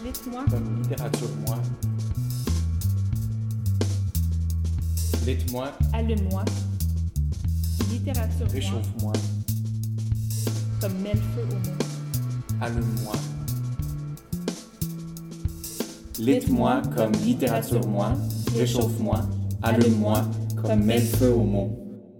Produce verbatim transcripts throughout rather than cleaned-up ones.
Lit-moi. Comme littérature-moi. Lit-moi. Allume-moi. Littérature-moi. Réchauffe-moi. Comme mets le feu au mot. Allume-moi. Lit-moi comme littérature-moi. Réchauffe-moi. Allume-moi comme mets le feu au mot.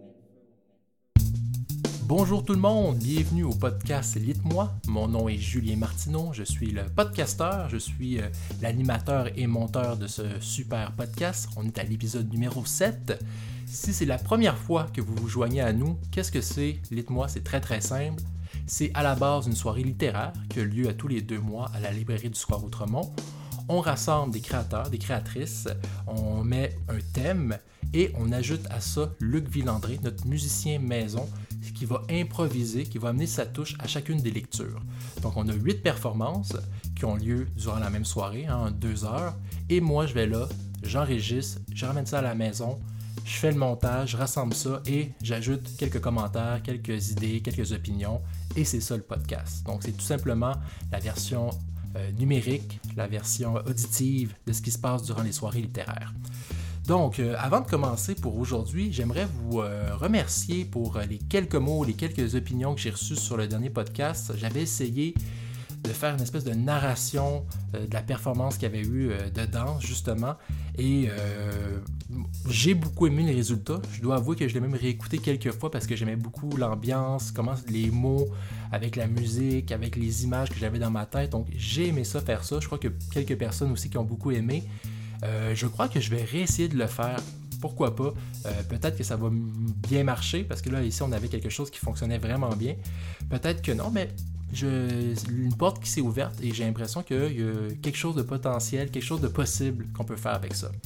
Bonjour tout le monde, bienvenue au podcast Lit-moi. Mon nom est Julien Martineau, je suis le podcasteur, je suis euh, l'animateur et monteur de ce super podcast. On est à l'épisode numéro sept. Si c'est la première fois que vous vous joignez à nous, qu'est-ce que c'est Lit-moi? C'est très très simple. C'est à la base une soirée littéraire qui a lieu à tous les deux mois à la librairie du Square Outremont. On rassemble des créateurs, des créatrices, on met un thème et on ajoute à ça Luc Villandré, notre musicien maison, qui va improviser, qui va amener sa touche à chacune des lectures. Donc on a huit performances qui ont lieu durant la même soirée, hein, en deux heures, et moi je vais là, j'enregistre, je ramène ça à la maison, je fais le montage, je rassemble ça et j'ajoute quelques commentaires, quelques idées, quelques opinions, et c'est ça le podcast. Donc c'est tout simplement la version euh, numérique, la version auditive de ce qui se passe durant les soirées littéraires. Donc, euh, avant de commencer pour aujourd'hui, j'aimerais vous euh, remercier pour euh, les quelques mots, les quelques opinions que j'ai reçues sur le dernier podcast. J'avais essayé de faire une espèce de narration euh, de la performance qu'il y avait eu euh, dedans, justement, et euh, j'ai beaucoup aimé les résultats. Je dois avouer que je l'ai même réécouté quelques fois parce que j'aimais beaucoup l'ambiance, comment les mots, avec la musique, avec les images que j'avais dans ma tête. Donc, j'ai aimé ça, faire ça. Je crois que quelques personnes aussi qui ont beaucoup aimé. Euh, je crois que je vais réessayer de le faire. Pourquoi pas? Euh, peut-être que ça va bien marcher parce que là, ici, on avait quelque chose qui fonctionnait vraiment bien. Peut-être que non, mais je, une porte qui s'est ouverte et j'ai l'impression qu'il y a quelque chose de potentiel, quelque chose de possible qu'on peut faire avec ça.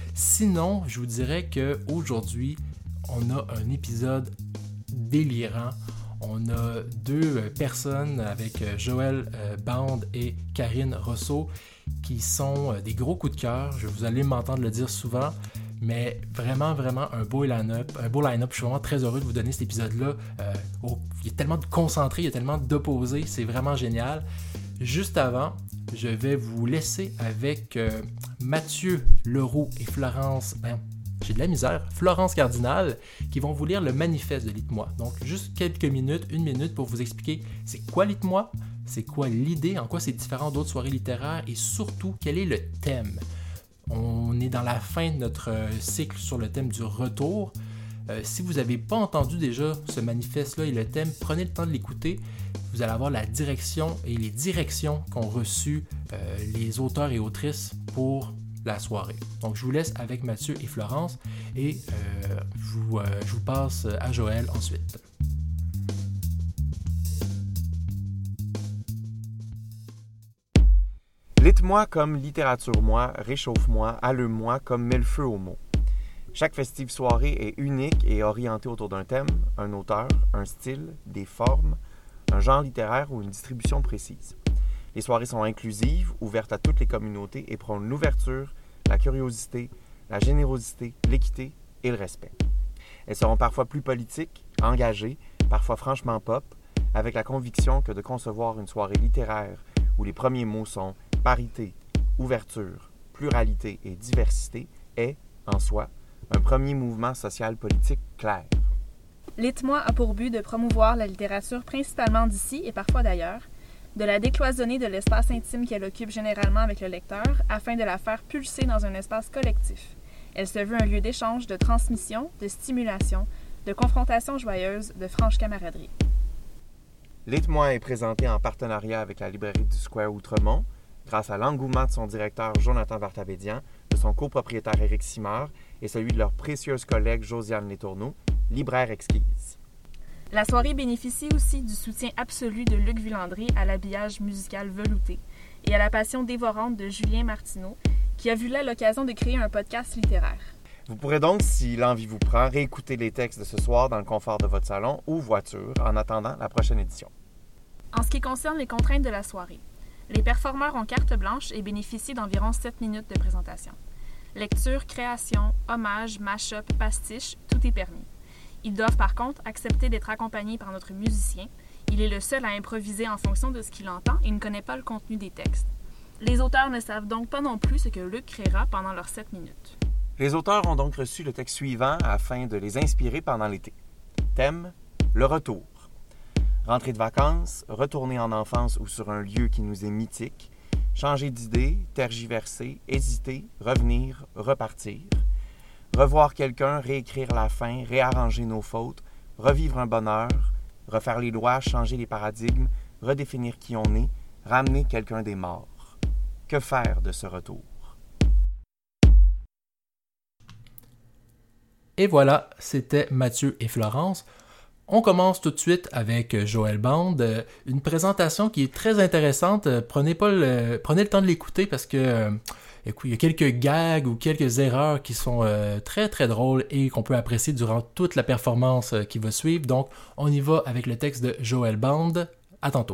Sinon, je vous dirais qu'aujourd'hui, on a un épisode délirant. On a deux personnes avec Joël Bande et Karine Rousseau qui sont des gros coups de cœur. Je vous allez m'entendre le dire souvent, mais vraiment, vraiment un beau line-up. Un beau line-up. Je suis vraiment très heureux de vous donner cet épisode-là. Euh, oh, il y a tellement de concentrés, il y a tellement d'opposés. C'est vraiment génial. Juste avant, je vais vous laisser avec euh, Mathieu Leroux et Florence... Ben, j'ai de la misère, Florence Cardinal, qui vont vous lire le manifeste de Lit-moi. Donc, juste quelques minutes, une minute pour vous expliquer c'est quoi Lit-moi, c'est quoi l'idée, en quoi c'est différent d'autres soirées littéraires et surtout, quel est le thème. On est dans la fin de notre cycle sur le thème du retour. Euh, si vous n'avez pas entendu déjà ce manifeste-là et le thème, prenez le temps de l'écouter. Vous allez avoir la direction et les directions qu'ont reçues euh, les auteurs et autrices pour la soirée. Donc, je vous laisse avec Mathieu et Florence et euh, je, vous, euh, je vous passe à Joël ensuite. Lit-moi comme littérature-moi, réchauffe-moi, allume-moi comme mets le feu au mot. Chaque festive soirée est unique et orientée autour d'un thème, un auteur, un style, des formes, un genre littéraire ou une distribution précise. Les soirées sont inclusives, ouvertes à toutes les communautés et prônent l'ouverture, la curiosité, la générosité, l'équité et le respect. Elles seront parfois plus politiques, engagées, parfois franchement pop, avec la conviction que de concevoir une soirée littéraire où les premiers mots sont parité, ouverture, pluralité et diversité est, en soi, un premier mouvement social-politique clair. Lit-moi a pour but de promouvoir la littérature principalement d'ici et parfois d'ailleurs, de la décloisonner de l'espace intime qu'elle occupe généralement avec le lecteur, afin de la faire pulser dans un espace collectif. Elle se veut un lieu d'échange, de transmission, de stimulation, de confrontation joyeuse, de franche camaraderie. Lit-moi est présenté en partenariat avec la librairie du Square Outremont, grâce à l'engouement de son directeur Jonathan Vartabédian, de son copropriétaire Éric Simard et celui de leur précieuse collègue Josiane Letourneau, libraire exquise. La soirée bénéficie aussi du soutien absolu de Luc Villandré à l'habillage musical velouté et à la passion dévorante de Julien Martineau, qui a vu là l'occasion de créer un podcast littéraire. Vous pourrez donc, si l'envie vous prend, réécouter les textes de ce soir dans le confort de votre salon ou voiture en attendant la prochaine édition. En ce qui concerne les contraintes de la soirée, les performeurs ont carte blanche et bénéficient d'environ sept minutes de présentation. Lecture, création, hommage, mash-up, pastiche, tout est permis. Ils doivent par contre accepter d'être accompagnés par notre musicien. Il est le seul à improviser en fonction de ce qu'il entend et ne connaît pas le contenu des textes. Les auteurs ne savent donc pas non plus ce que Luc créera pendant leurs sept minutes. Les auteurs ont donc reçu le texte suivant afin de les inspirer pendant l'été. Thème, le retour. Rentrée de vacances, retourner en enfance ou sur un lieu qui nous est mythique, changer d'idée, tergiverser, hésiter, revenir, repartir. Revoir quelqu'un, réécrire la fin, réarranger nos fautes, revivre un bonheur, refaire les lois, changer les paradigmes, redéfinir qui on est, ramener quelqu'un des morts. Que faire de ce retour? Et voilà, c'était Mathieu et Florence. On commence tout de suite avec Joël Band, une présentation qui est très intéressante. Prenez, pas le, prenez le temps de l'écouter parce que euh, écoute, il y a quelques gags ou quelques erreurs qui sont euh, très très drôles et qu'on peut apprécier durant toute la performance qui va suivre. Donc, on y va avec le texte de Joël Band. À tantôt.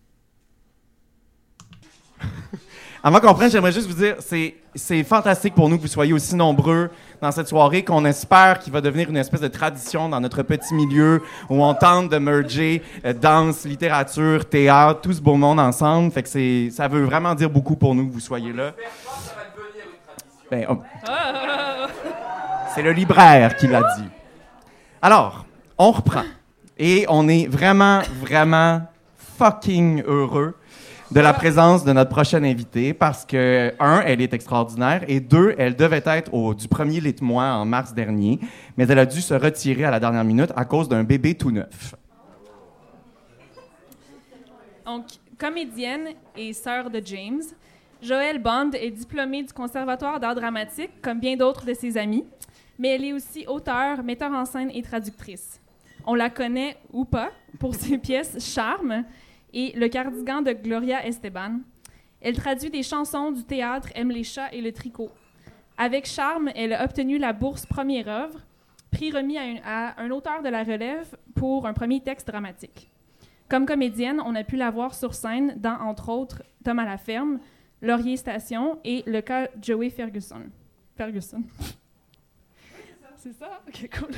Avant qu'on prenne, j'aimerais juste vous dire, c'est, c'est fantastique pour nous que vous soyez aussi nombreux dans cette soirée, qu'on espère qu'il va devenir une espèce de tradition dans notre petit milieu où on tente de merger euh, danse, littérature, théâtre, tout ce beau monde ensemble. Fait que c'est, ça veut vraiment dire beaucoup pour nous que vous soyez là. Ben, oh. C'est le libraire qui l'a dit. Alors, on reprend. Et on est vraiment, vraiment fucking heureux de la présence de notre prochaine invitée parce que, un, elle est extraordinaire et deux, elle devait être au, du premier Lit-moi en mars dernier, mais elle a dû se retirer à la dernière minute à cause d'un bébé tout neuf. Donc, comédienne et sœur de James, Joël Band est diplômée du Conservatoire d'art dramatique, comme bien d'autres de ses amis, mais elle est aussi auteure, metteur en scène et traductrice. On la connaît, ou pas, pour ses pièces Charme et Le cardigan de Gloria Esteban. Elle traduit des chansons du théâtre Aime les chats et le tricot. Avec Charme, elle a obtenu la bourse Première œuvre, prix remis à un, à un auteur de la relève pour un premier texte dramatique. Comme comédienne, on a pu la voir sur scène dans, entre autres, Tom à la ferme, Laurier Station et Le cas Joey Ferguson. Ferguson. C'est ça? OK, cool.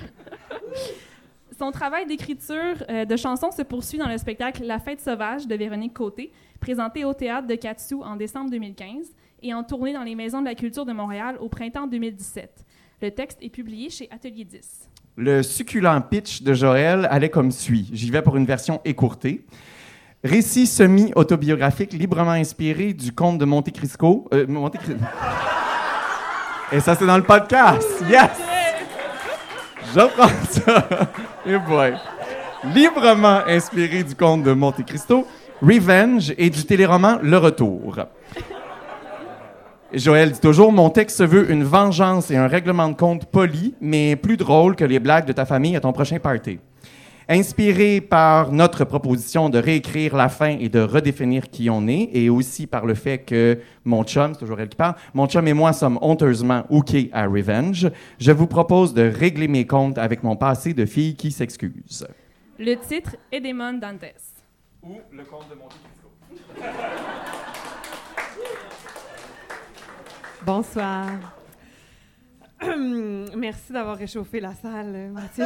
Son travail d'écriture euh, de chansons se poursuit dans le spectacle La Fête sauvage de Véronique Côté, présenté au Théâtre de Quat'Sous en décembre deux mille quinze et en tournée dans les Maisons de la culture de Montréal au printemps deux mille dix-sept. Le texte est publié chez Atelier dix. Le succulent pitch de Joël allait comme suit. J'y vais pour une version écourtée. Récit semi-autobiographique librement inspiré du conte de Monte Cristo. Euh, Monte Cristo. Et ça, c'est dans le podcast. Yes! Je prends ça. Et boy. Librement inspiré du conte de Monte Cristo, Revenge et du téléroman Le Retour. Joël dit toujours, mon texte se veut une vengeance et un règlement de compte poli, mais plus drôle que les blagues de ta famille à ton prochain party. Inspiré par notre proposition de réécrire la fin et de redéfinir qui on est, et aussi par le fait que mon chum, c'est toujours elle qui parle, mon chum et moi sommes honteusement hookés à Revenge, je vous propose de régler mes comptes avec mon passé de fille qui s'excuse. Le titre est Edémon Dantes. Ou Le conte de Monte Cristo. Bonsoir. Merci d'avoir réchauffé la salle, Mathieu.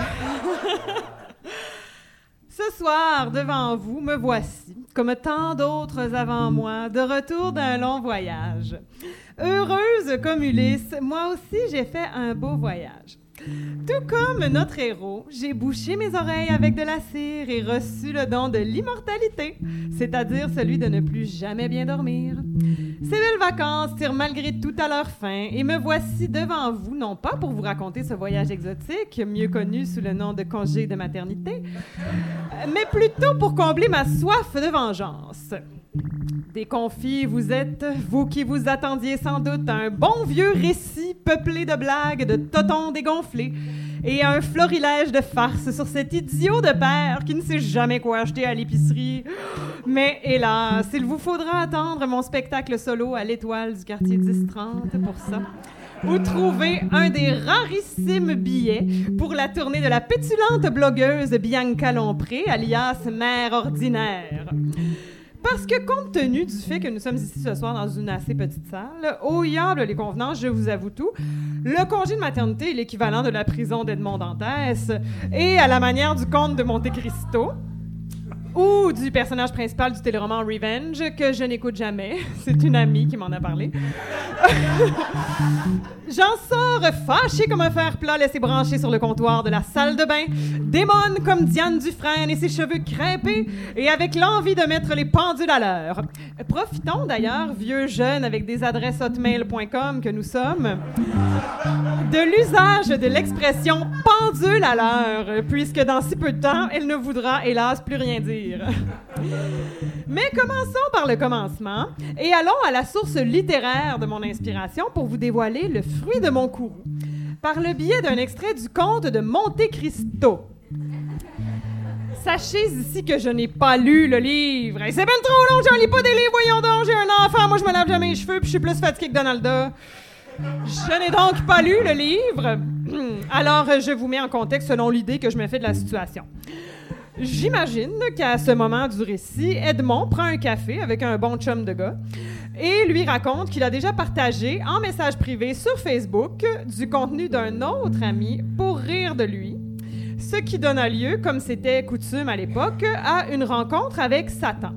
Ce soir, devant vous, me voici, comme tant d'autres avant moi, de retour d'un long voyage. Heureuse comme Ulysse, moi aussi j'ai fait un beau voyage. Tout comme notre héros, j'ai bouché mes oreilles avec de la cire et reçu le don de l'immortalité, c'est-à-dire celui de ne plus jamais bien dormir. Ces belles vacances tirent malgré tout à leur fin et me voici devant vous, non pas pour vous raconter ce voyage exotique, mieux connu sous le nom de congé de maternité, mais plutôt pour combler ma soif de vengeance. Déconfits, vous êtes, vous qui vous attendiez sans doute à un bon vieux récit peuplé de blagues, de totons dégonflés et un florilège de farces sur cet idiot de père qui ne sait jamais quoi acheter à l'épicerie. Mais hélas, il vous faudra attendre mon spectacle solo à l'Étoile du quartier dix trente pour ça. Ou trouver un des rarissimes billets pour la tournée de la pétulante blogueuse Bianca Lompré, alias Mère Ordinaire. Parce que, compte tenu du fait que nous sommes ici ce soir dans une assez petite salle, au diable les convenances, je vous avoue tout, le congé de maternité est l'équivalent de la prison d'Edmond Dantès, et à la manière du conte de Monte Cristo, ou du personnage principal du téléroman Revenge, que je n'écoute jamais. C'est une amie qui m'en a parlé. J'en sors fâchée comme un fer plat laissé brancher sur le comptoir de la salle de bain, démone comme Diane Dufresne et ses cheveux crêpés, et avec l'envie de mettre les pendules à l'heure. Profitons d'ailleurs, vieux jeunes avec des adresses hotmail point com que nous sommes, de l'usage de l'expression « pendule à l'heure », puisque dans si peu de temps, elle ne voudra, hélas, plus rien dire. Mais commençons par le commencement et allons à la source littéraire de mon inspiration pour vous dévoiler le fruit de mon courroux, par le biais d'un extrait du conte de Monte Cristo. Sachez ici que je n'ai pas lu le livre. Hey, c'est ben trop long, j'en lis pas des livres, voyons donc, j'ai un enfant, moi je me lave jamais les cheveux puis je suis plus fatiguée que Donalda. Je n'ai donc pas lu le livre, alors je vous mets en contexte selon l'idée que je me fais de la situation. J'imagine qu'à ce moment du récit, Edmond prend un café avec un bon chum de gars et lui raconte qu'il a déjà partagé en message privé sur Facebook du contenu d'un autre ami pour rire de lui, ce qui donna lieu, comme c'était coutume à l'époque, à une rencontre avec Satan.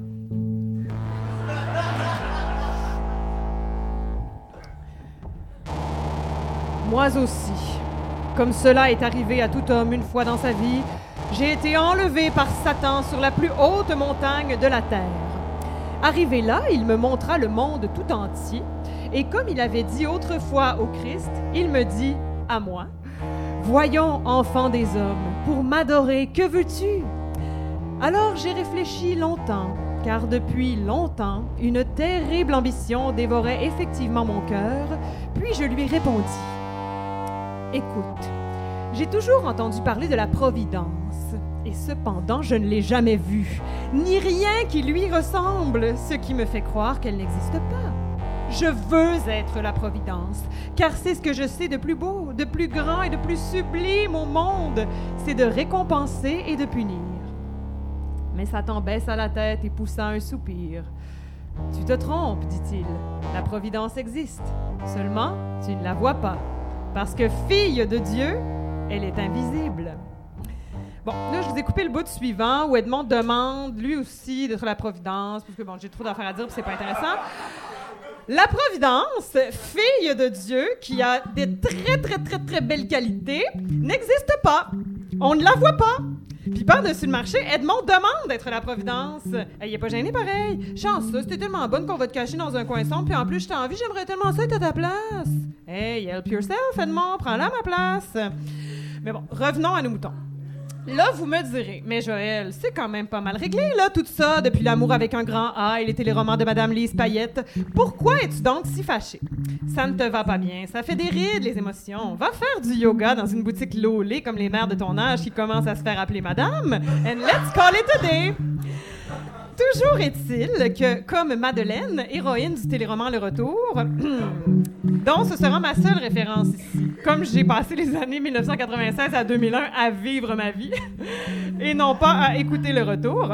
Moi aussi, comme cela est arrivé à tout homme une fois dans sa vie, j'ai été enlevé par Satan sur la plus haute montagne de la terre. Arrivé là, il me montra le monde tout entier, et comme il avait dit autrefois au Christ, il me dit à moi, « Voyons, enfant des hommes, pour m'adorer, que veux-tu? » Alors j'ai réfléchi longtemps, car depuis longtemps, une terrible ambition dévorait effectivement mon cœur, puis je lui répondis, « Écoute, j'ai toujours entendu parler de la Providence, et cependant je ne l'ai jamais vue, ni rien qui lui ressemble, ce qui me fait croire qu'elle n'existe pas. Je veux être la Providence, car c'est ce que je sais de plus beau, de plus grand et de plus sublime au monde, c'est de récompenser et de punir. » Mais Satan baissa la tête et poussa un soupir. « Tu te trompes, dit-il, la Providence existe, seulement tu ne la vois pas, parce que fille de Dieu, elle est invisible. » Bon, là, je vous ai coupé le bout suivant où Edmond demande, lui aussi, d'être la Providence, parce que bon, j'ai trop d'affaires à dire, puis c'est pas intéressant. La Providence, fille de Dieu, qui a des très, très, très, très belles qualités, n'existe pas. On ne la voit pas. Puis par-dessus le marché, Edmond demande d'être la Providence. Il est pas gêné pareil. Chanceux, c'était tellement bonne qu'on va te cacher dans un coin sombre, puis en plus, je t'ai envie, j'aimerais tellement ça être à ta place. Hey, help yourself, Edmond, prends-la à ma place. Mais bon, revenons à nos moutons. Là, vous me direz, mais Joël, c'est quand même pas mal réglé, là, tout ça, depuis l'amour avec un grand A et les téléromans de Madame Lise Payette. Pourquoi es-tu donc si fâchée? Ça ne te va pas bien, ça fait des rides, les émotions. Va faire du yoga dans une boutique lolée comme les mères de ton âge qui commencent à se faire appeler Madame, and let's call it a day! Toujours est-il que, comme Madeleine, héroïne du téléroman Le Retour, dont ce sera ma seule référence ici, comme j'ai passé les années mille neuf cent quatre-vingt-seize à deux mille un à vivre ma vie, et non pas à écouter Le Retour,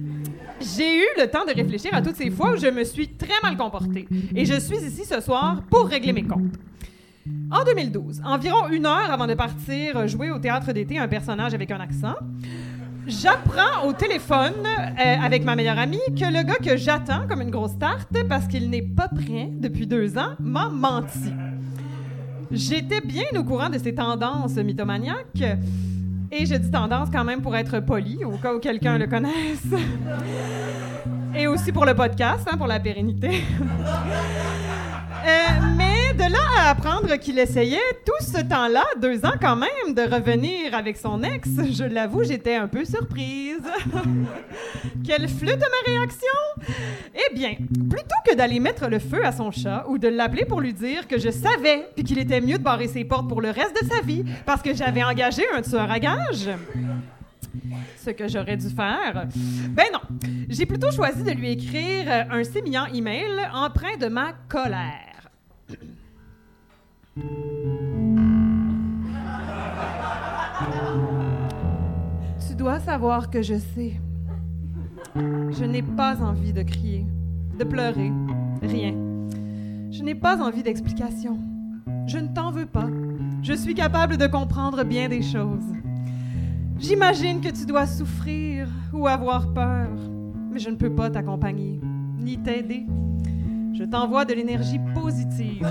j'ai eu le temps de réfléchir à toutes ces fois où je me suis très mal comportée, et je suis ici ce soir pour régler mes comptes. En deux mille douze, environ une heure avant de partir jouer au théâtre d'été un personnage avec un accent, j'apprends au téléphone euh, avec ma meilleure amie que le gars que j'attends comme une grosse tarte parce qu'il n'est pas prêt depuis deux ans m'a menti. J'étais bien au courant de ses tendances mythomaniaques et je dis tendance quand même pour être poli au cas où quelqu'un le connaisse et aussi pour le podcast, hein, pour la pérennité. Euh, mais de là à apprendre qu'il essayait tout ce temps-là, deux ans quand même, de revenir avec son ex, je l'avoue, j'étais un peu surprise. Quelle flûte ma réaction! Eh bien, plutôt que d'aller mettre le feu à son chat ou de l'appeler pour lui dire que je savais puis qu'il était mieux de barrer ses portes pour le reste de sa vie parce que j'avais engagé un tueur à gages, ce que j'aurais dû faire, ben non, j'ai plutôt choisi de lui écrire un sémillant email empreint de ma colère. Tu dois savoir que je sais. Je n'ai pas envie de crier, de pleurer, rien. Je n'ai pas envie Je ne t'en veux pas. Je suis capable de comprendre bien des choses. J'imagine que tu dois souffrir ou avoir peur, mais je ne peux pas t'accompagner, ni t'aider. Je t'envoie de l'énergie positive.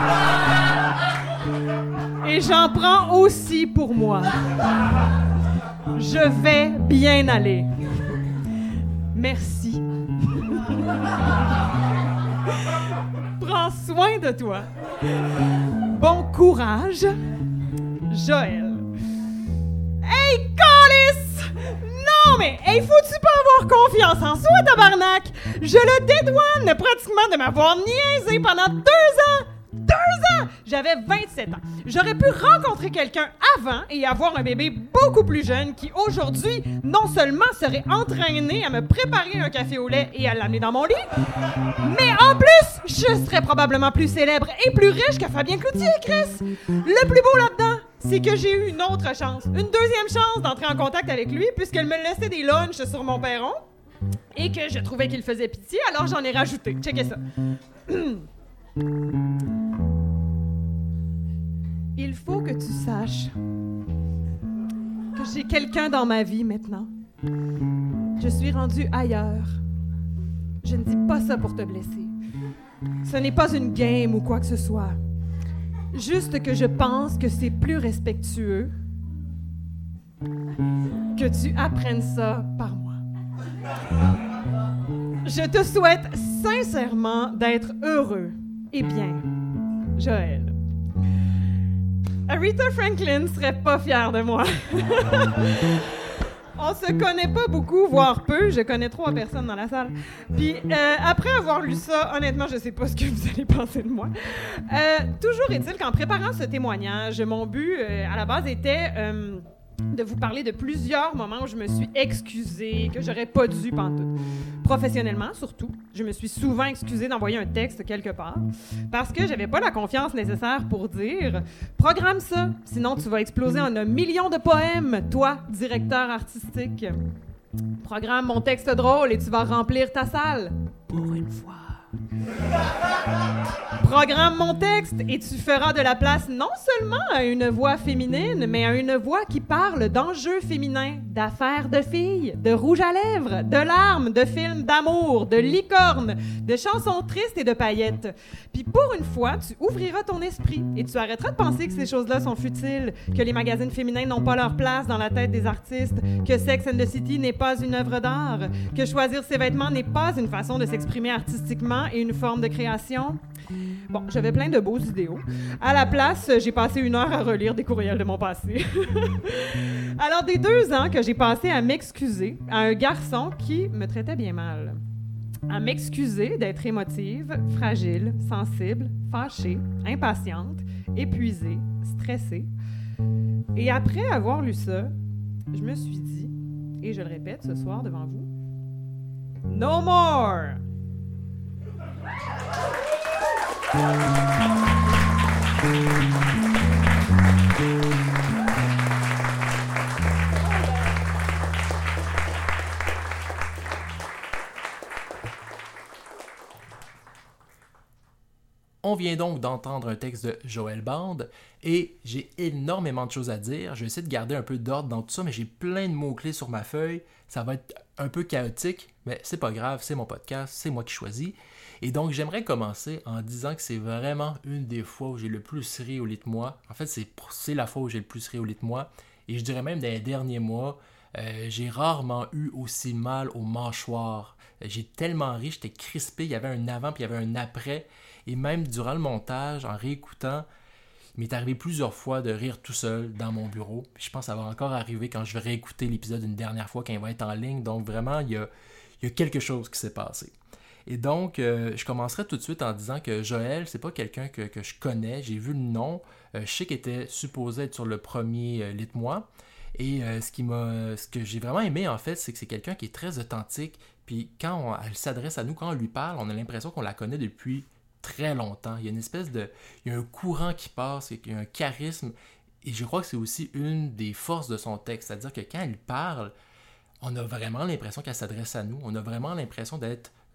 Et j'en prends aussi pour moi. Je vais bien aller. Merci. Prends soin de toi. Bon courage, Joël. Hey, Calice! Non, mais hey, faut-tu pas avoir confiance en soi, tabarnak? Je le dédouane pratiquement de m'avoir niaisé pendant deux ans! Deux ans! J'avais vingt-sept ans. J'aurais pu rencontrer quelqu'un avant et avoir un bébé beaucoup plus jeune qui, aujourd'hui, non seulement serait entraîné à me préparer un café au lait et à l'amener dans mon lit, mais en plus, je serais probablement plus célèbre et plus riche que Fabien Cloutier, Chris! Le plus beau là-dedans, c'est que j'ai eu une autre chance, une deuxième chance d'entrer en contact avec lui puisqu'elle me laissait des lunchs sur mon perron et que je trouvais qu'il faisait pitié, alors j'en ai rajouté. Checkez ça. Il faut que tu saches que j'ai quelqu'un dans ma vie maintenant. Je suis rendue ailleurs. Je ne dis pas ça pour te blesser. Ce n'est pas une game ou quoi que ce soit. Juste que je pense que c'est plus respectueux que tu apprennes ça par moi. Je te souhaite sincèrement d'être heureux et bien, Joël. Aretha Franklin serait pas fière de moi. On se connaît pas beaucoup, voire peu. Je connais trois personnes dans la salle. Puis, euh, après avoir lu ça, honnêtement, je sais pas ce que vous allez penser de moi. Euh, toujours est-il qu'en préparant ce témoignage, mon but, euh, à la base, était euh, de vous parler de plusieurs moments où je me suis excusée, que j'aurais pas dû pantoute. Professionnellement, surtout, je me suis souvent excusée d'envoyer un texte quelque part parce que j'avais pas la confiance nécessaire pour dire « Programme ça, sinon tu vas exploser en un million de poèmes, toi, directeur artistique. Programme mon texte drôle et tu vas remplir ta salle. Pour une fois. » Programme mon texte et tu feras de la place non seulement à une voix féminine, mais à une voix qui parle d'enjeux féminins, d'affaires de filles, de rouge à lèvres, de larmes, de films d'amour, de licornes, de chansons tristes et de paillettes. Puis pour une fois, tu ouvriras ton esprit et tu arrêteras de penser que ces choses-là sont futiles, que les magazines féminins n'ont pas leur place dans la tête des artistes, que Sex and the City n'est pas une œuvre d'art, que choisir ses vêtements n'est pas une façon de s'exprimer artistiquement et une forme de création. Bon, j'avais plein de beaux idéaux. À la place, j'ai passé une heure à relire des courriels de mon passé. Alors, des deux ans que j'ai passé à m'excuser à un garçon qui me traitait bien mal. À m'excuser d'être émotive, fragile, sensible, fâchée, impatiente, épuisée, stressée. Et après avoir lu ça, je me suis dit, et je le répète ce soir devant vous, « No more! » On vient donc d'entendre un texte de Joël Bande et j'ai énormément de choses à dire. Je vais essayer de garder un peu d'ordre dans tout ça, mais j'ai plein de mots-clés sur ma feuille. Ça va être un peu chaotique, mais c'est pas grave, c'est mon podcast, c'est moi qui choisis. Et donc, j'aimerais commencer en disant que c'est vraiment une des fois où j'ai le plus ri au lit de moi. En fait, c'est, c'est la fois où j'ai le plus ri au lit de moi. Et je dirais même dans les derniers mois, euh, j'ai rarement eu aussi mal aux mâchoires. J'ai tellement ri, j'étais crispé, il y avait un avant puis il y avait un après. Et même durant le montage, en réécoutant, il m'est arrivé plusieurs fois de rire tout seul dans mon bureau. Puis je pense que ça va encore arriver quand je vais réécouter l'épisode une dernière fois, quand il va être en ligne. Donc vraiment, il y a, il y a quelque chose qui s'est passé. Et donc, euh, je commencerai tout de suite en disant que Joël, c'est pas quelqu'un que, que je connais. J'ai vu le nom. Euh, je sais qu'il était supposé être sur le premier euh, lit de moi. Et euh, ce, qui m'a, ce que j'ai vraiment aimé, en fait, c'est que c'est quelqu'un qui est très authentique. Puis quand on, elle s'adresse à nous, quand on lui parle, on a l'impression qu'on la connaît depuis très longtemps. Il y a une espèce de... Il y a un courant qui passe, il y a un charisme. Et je crois que c'est aussi une des forces de son texte. C'est-à-dire que quand elle parle, on a vraiment l'impression qu'elle s'adresse à nous. On a vraiment l'impression d'être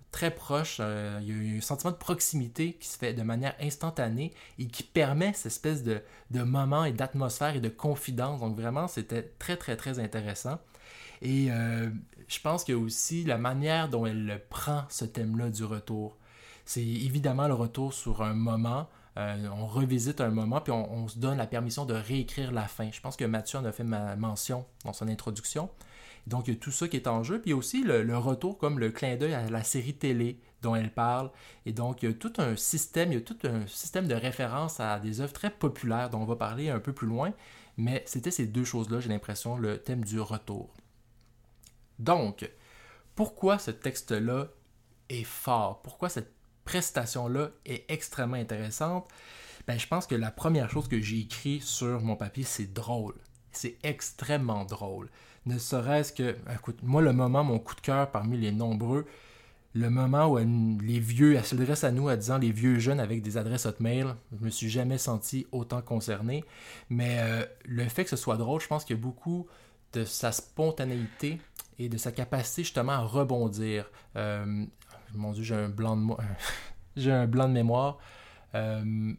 très proche, euh, il y a un sentiment de proximité qui se fait de manière instantanée et qui permet cette espèce de, de moment et d'atmosphère et de confidence. Donc vraiment, c'était très, très, très intéressant. Et euh, je pense qu'il y a aussi la manière dont elle prend ce thème-là du retour. C'est évidemment le retour sur un moment. Euh, on revisite un moment, puis on, on se donne la permission de réécrire la fin. Je pense que Mathieu en a fait ma mention dans son introduction. Donc, il y a tout ça qui est en jeu. Puis il y a aussi le, le retour comme le clin d'œil à la série télé dont elle parle. Et donc, il y a tout un système, il y a tout un système de référence à des œuvres très populaires dont on va parler un peu plus loin. Mais c'était ces deux choses-là, j'ai l'impression, le thème du retour. Donc, pourquoi ce texte-là est fort? Pourquoi cette prestation-là est extrêmement intéressante? Ben, je pense que la première chose que j'ai écrit sur mon papier, c'est drôle. C'est extrêmement drôle. Ne serait-ce que, écoute, moi, le moment, mon coup de cœur parmi les nombreux, le moment où elle, les vieux, elle s'adresse à nous en disant les vieux jeunes avec des adresses hotmail, je me suis jamais senti autant concerné. Mais euh, le fait que ce soit drôle, je pense qu'il y a beaucoup de sa spontanéité et de sa capacité justement à rebondir. Euh, mon Dieu, j'ai un blanc de, mo- j'ai un blanc de mémoire. Euh,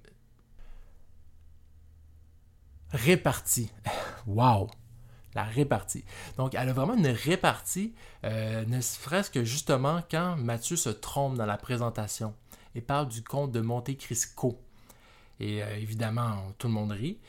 répartie. Wow! La répartie. Donc, elle a vraiment une répartie, euh, ne serait-ce que justement quand Mathieu se trompe dans la présentation et parle du comte de Monte Cristo. Et euh, évidemment, tout le monde rit.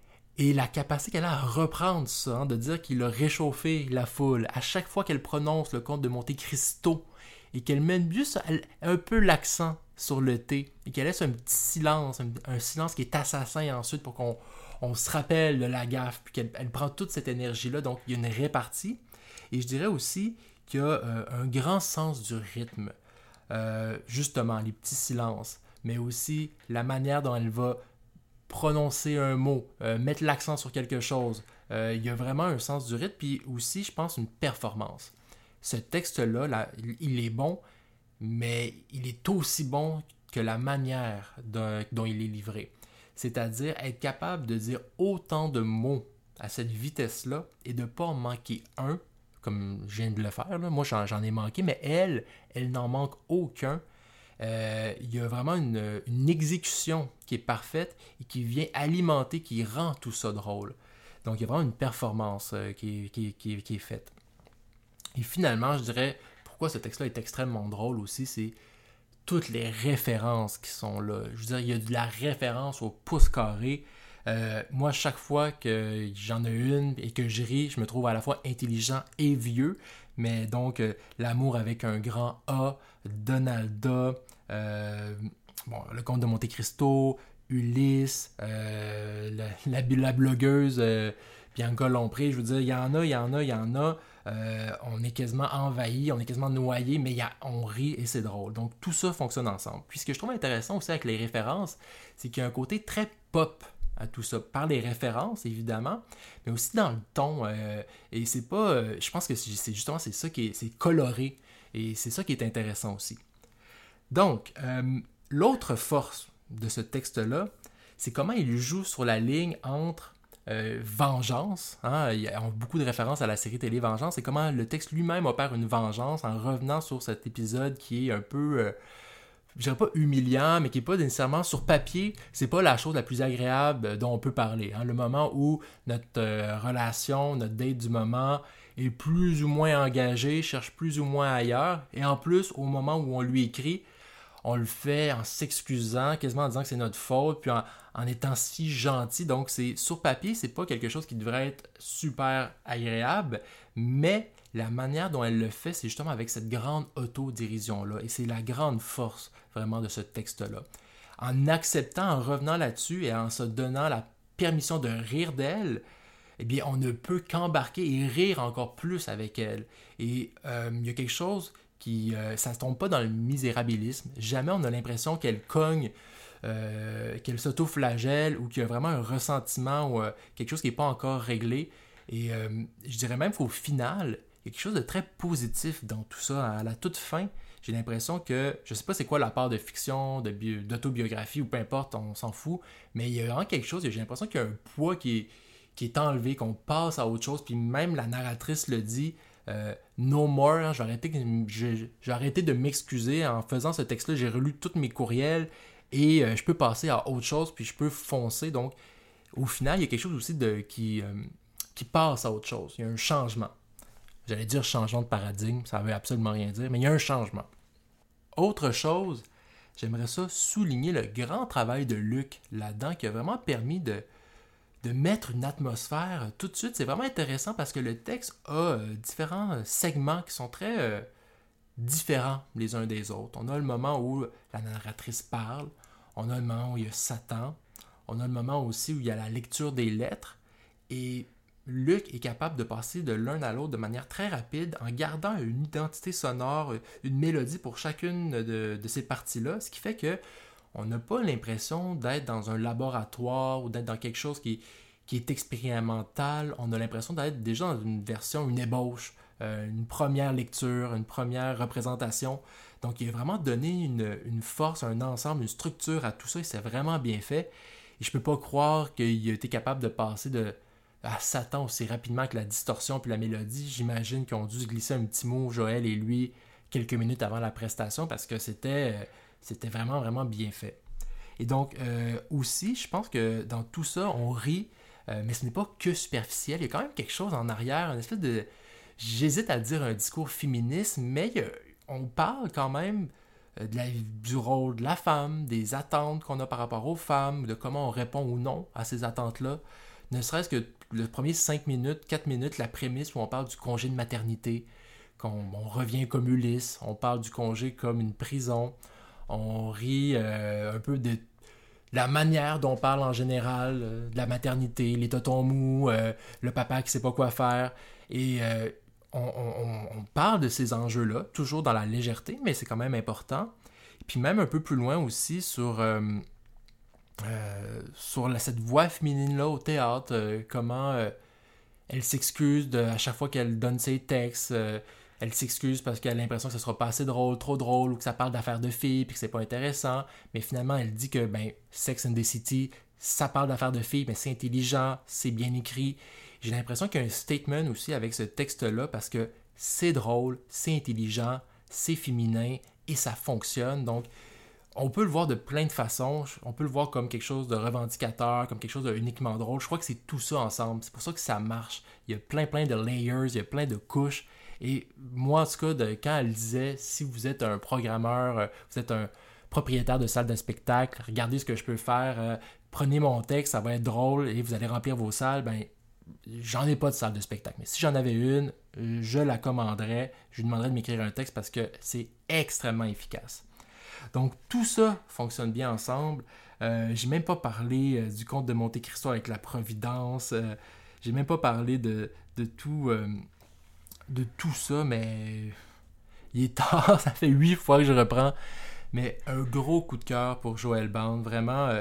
Et la capacité qu'elle a à reprendre ça, hein, de dire qu'il a réchauffé la foule à chaque fois qu'elle prononce le comte de Monte Cristo et qu'elle met juste un peu l'accent sur le T et qu'elle laisse un petit silence, un, un silence qui est assassin ensuite pour qu'on on se rappelle de la gaffe, puis qu'elle elle prend toute cette énergie-là. Donc, il y a une répartie. Et je dirais aussi qu'il y a euh, un grand sens du rythme. Euh, justement, les petits silences, mais aussi la manière dont elle va prononcer un mot, euh, mettre l'accent sur quelque chose. Euh, il y a vraiment un sens du rythme, puis aussi, je pense, une performance. Ce texte-là, là, il est bon, mais il est aussi bon que la manière dont, dont il est livré. C'est-à-dire être capable de dire autant de mots à cette vitesse-là et de ne pas en manquer un, comme je viens de le faire. Là. Moi, j'en, j'en ai manqué, mais elle, elle n'en manque aucun. Euh, il y a vraiment une, une exécution qui est parfaite et qui vient alimenter, qui rend tout ça drôle. Donc, il y a vraiment une performance euh, qui, qui, qui, qui est faite. Et finalement, je dirais, pourquoi ce texte-là est extrêmement drôle aussi, c'est toutes les références qui sont là. Je veux dire, il y a de la référence au pouce carré. Euh, moi, chaque fois que j'en ai une et que je ris, je me trouve à la fois intelligent et vieux. Mais donc, euh, l'amour avec un grand A, Donalda, euh, bon, le comte de Monte Cristo, Ulysse, euh, la, la, la blogueuse euh, Bianca Lompré. Je veux dire, il y en a, il y en a, il y en a. Euh, on est quasiment envahi, on est quasiment noyé, mais y a, on rit et c'est drôle. Donc tout ça fonctionne ensemble. Puis ce que je trouve intéressant aussi avec les références, c'est qu'il y a un côté très pop à tout ça, par les références évidemment, mais aussi dans le ton. Euh, et c'est pas, euh, je pense que c'est, c'est justement c'est ça qui est, c'est coloré et c'est ça qui est intéressant aussi. Donc euh, l'autre force de ce texte-là, c'est comment il joue sur la ligne entre Euh, vengeance, hein, il y a beaucoup de références à la série télé Vengeance, et comment le texte lui-même opère une vengeance en revenant sur cet épisode qui est un peu, euh, je dirais pas humiliant, mais qui est pas nécessairement sur papier, c'est pas la chose la plus agréable dont on peut parler. Hein, le moment où notre euh, relation, notre date du moment est plus ou moins engagée, cherche plus ou moins ailleurs, et en plus, au moment où on lui écrit, on le fait en s'excusant, quasiment en disant que c'est notre faute, puis en, en étant si gentil. Donc, c'est sur papier, c'est pas quelque chose qui devrait être super agréable, mais la manière dont elle le fait, c'est justement avec cette grande autodérision-là. Et c'est la grande force, vraiment, de ce texte-là. En acceptant, en revenant là-dessus et en se donnant la permission de rire d'elle, eh bien, on ne peut qu'embarquer et rire encore plus avec elle. Et euh, il y a quelque chose qui, euh, ça ne tombe pas dans le misérabilisme. Jamais on a l'impression qu'elle cogne, euh, qu'elle s'auto-flagelle ou qu'il y a vraiment un ressentiment ou euh, quelque chose qui n'est pas encore réglé. Et euh, je dirais même qu'au final, il y a quelque chose de très positif dans tout ça. À la toute fin, j'ai l'impression que, je ne sais pas c'est quoi la part de fiction, de bio, d'autobiographie ou peu importe, on s'en fout, mais il y a vraiment quelque chose, j'ai l'impression qu'il y a un poids qui est, qui est enlevé, qu'on passe à autre chose, puis même la narratrice le dit, Euh, no more, hein, j'ai arrêté, j'ai, j'ai arrêté de m'excuser en faisant ce texte-là. J'ai relu tous mes courriels et euh, je peux passer à autre chose, puis je peux foncer. Donc, au final, il y a quelque chose aussi de, qui, euh, qui passe à autre chose. Il y a un changement. J'allais dire changement de paradigme, ça ne veut absolument rien dire, mais il y a un changement. Autre chose, j'aimerais ça souligner le grand travail de Luc là-dedans qui a vraiment permis de, de mettre une atmosphère tout de suite. C'est vraiment intéressant parce que le texte a euh, différents segments qui sont très euh, différents les uns des autres. On a le moment où la narratrice parle, on a le moment où il y a Satan, on a le moment aussi où il y a la lecture des lettres et Luc est capable de passer de l'un à l'autre de manière très rapide en gardant une identité sonore, une mélodie pour chacune de, de ces parties-là, ce qui fait que on n'a pas l'impression d'être dans un laboratoire ou d'être dans quelque chose qui, qui est expérimental. On a l'impression d'être déjà dans une version, une ébauche, euh, une première lecture, une première représentation. Donc, il a vraiment donné une, une force, un ensemble, une structure à tout ça et c'est vraiment bien fait. Et je ne peux pas croire qu'il a été capable de passer de à Satan aussi rapidement que la distorsion puis la mélodie. J'imagine qu'ils ont dû se glisser un petit mot, Joël et lui, quelques minutes avant la prestation parce que c'était, euh, c'était vraiment, vraiment bien fait. Et donc, euh, aussi, je pense que dans tout ça, on rit, euh, mais ce n'est pas que superficiel. Il y a quand même quelque chose en arrière, une espèce de... J'hésite à dire un discours féministe, mais il y a, on parle quand même de la, du rôle de la femme, des attentes qu'on a par rapport aux femmes, de comment on répond ou non à ces attentes-là. Ne serait-ce que le premier cinq minutes, quatre minutes, la prémisse où on parle du congé de maternité, qu'on on revient comme Ulysse, on parle du congé comme une prison, on rit euh, un peu de la manière dont on parle en général, euh, de la maternité, les totons mous, euh, le papa qui sait pas quoi faire, et euh, on, on, on parle de ces enjeux-là, toujours dans la légèreté, mais c'est quand même important. Et puis même un peu plus loin aussi sur... Euh, Euh, sur la, cette voix féminine-là au théâtre, euh, comment euh, elle s'excuse de, à chaque fois qu'elle donne ses textes, euh, elle s'excuse parce qu'elle a l'impression que ce sera pas assez drôle, trop drôle, ou que ça parle d'affaires de filles, puis que c'est pas intéressant, mais finalement elle dit que ben, Sex and the City, ça parle d'affaires de filles, mais c'est intelligent, c'est bien écrit. J'ai l'impression qu'il y a un statement aussi avec ce texte-là, parce que c'est drôle, c'est intelligent, c'est féminin, et ça fonctionne, donc on peut le voir de plein de façons. On peut le voir comme quelque chose de revendicateur, comme quelque chose de uniquement drôle. Je crois que c'est tout ça ensemble. C'est pour ça que ça marche. Il y a plein, plein de layers, il y a plein de couches. Et moi, en tout cas, de, quand elle disait, si vous êtes un programmeur, vous êtes un propriétaire de salle de spectacle, regardez ce que je peux faire, euh, prenez mon texte, ça va être drôle et vous allez remplir vos salles, ben j'en ai pas de salle de spectacle. Mais si j'en avais une, je la commanderais, je lui demanderais de m'écrire un texte parce que c'est extrêmement efficace. Donc, tout ça fonctionne bien ensemble. Euh, j'ai même pas parlé euh, du conte de Monte Cristo avec la Providence. Euh, j'ai même pas parlé de, de, tout, euh, de tout ça, mais il est tard. Ça fait huit fois que je reprends. Mais un gros coup de cœur pour Joël Band. Vraiment euh,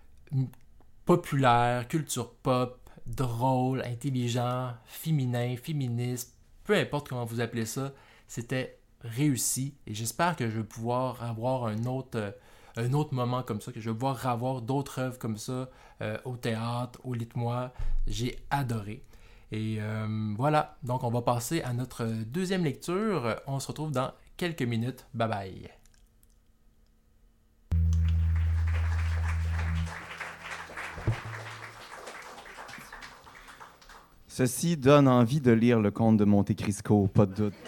populaire, culture pop, drôle, intelligent, féminin, féministe, peu importe comment vous appelez ça. C'était réussi et j'espère que je vais pouvoir avoir un autre, euh, un autre moment comme ça, que je vais pouvoir avoir d'autres œuvres comme ça euh, au théâtre, au Lit-moi. J'ai adoré. Et euh, voilà, donc on va passer à notre deuxième lecture. On se retrouve dans quelques minutes. Bye bye. Ceci donne envie de lire le conte de Monte Cristo, pas de doute.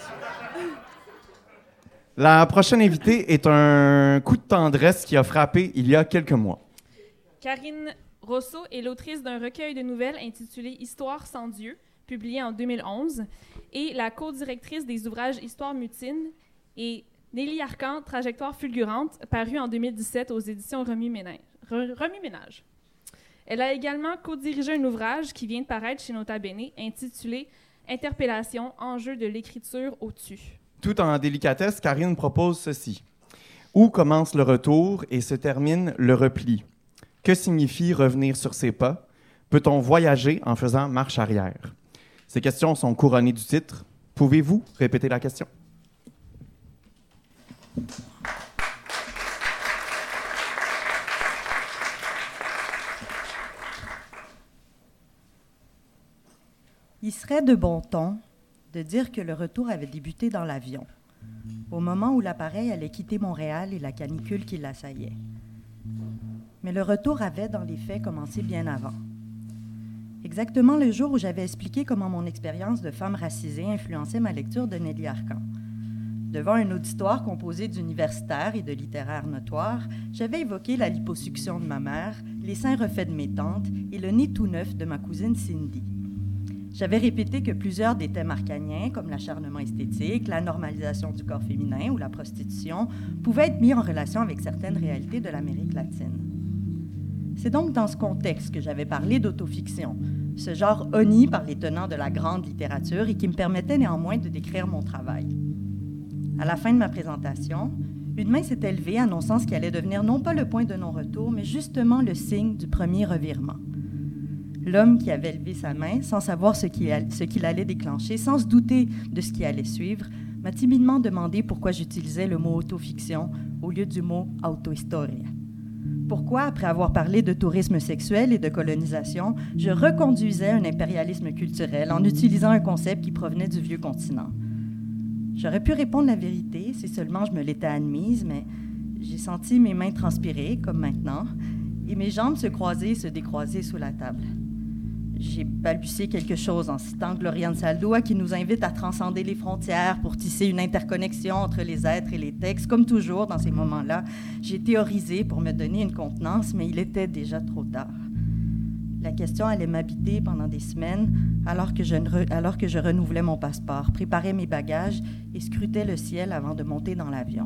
La prochaine invitée est un coup de tendresse qui a frappé il y a quelques mois. Karine Rosso est l'autrice d'un recueil de nouvelles intitulé « Histoire sans Dieu », publié en deux mille onze, et la co-directrice des ouvrages « Histoire mutine » et Nelly Arcan, « Trajectoire fulgurante », paru en deux mille dix-sept aux éditions Remue-Ménage. Remue-Ménage. Elle a également co-dirigé un ouvrage qui vient de paraître chez Nota Bene, intitulé « Interpellation, enjeux de l'écriture au-dessus ». Tout en délicatesse, Karine propose ceci. Où commence le retour et se termine le repli? Que signifie revenir sur ses pas? Peut-on voyager en faisant marche arrière? Ces questions sont couronnées du titre. Pouvez-vous répéter la question? Il serait de bon ton de dire que le retour avait débuté dans l'avion, au moment où l'appareil allait quitter Montréal et la canicule qui l'assaillait. Mais le retour avait, dans les faits, commencé bien avant. Exactement le jour où j'avais expliqué comment mon expérience de femme racisée influençait ma lecture de Nelly Arcan. Devant un auditoire composé d'universitaires et de littéraires notoires, j'avais évoqué la liposuction de ma mère, les seins refaits de mes tantes et le nez tout neuf de ma cousine Cindy. J'avais répété que plusieurs des thèmes arcaniens, comme l'acharnement esthétique, la normalisation du corps féminin ou la prostitution, pouvaient être mis en relation avec certaines réalités de l'Amérique latine. C'est donc dans ce contexte que j'avais parlé d'autofiction, ce genre honni par les tenants de la grande littérature et qui me permettait néanmoins de décrire mon travail. À la fin de ma présentation, une main s'est élevée annonçant ce qui allait devenir non pas le point de non-retour, mais justement le signe du premier revirement. L'homme qui avait levé sa main, sans savoir ce qu'il allait, ce qu'il allait déclencher, sans se douter de ce qui allait suivre, m'a timidement demandé pourquoi j'utilisais le mot autofiction au lieu du mot autohistoria. Pourquoi, après avoir parlé de tourisme sexuel et de colonisation, je reconduisais un impérialisme culturel en utilisant un concept qui provenait du vieux continent. J'aurais pu répondre la vérité si seulement je me l'étais admise, mais j'ai senti mes mains transpirer, comme maintenant, et mes jambes se croiser et se décroiser sous la table. J'ai balbutié quelque chose en citant Gloriane Saldua qui nous invite à transcender les frontières pour tisser une interconnexion entre les êtres et les textes. Comme toujours, dans ces moments-là, j'ai théorisé pour me donner une contenance, mais il était déjà trop tard. La question allait m'habiter pendant des semaines alors que, je re... alors que je renouvelais mon passeport, préparais mes bagages et scrutais le ciel avant de monter dans l'avion.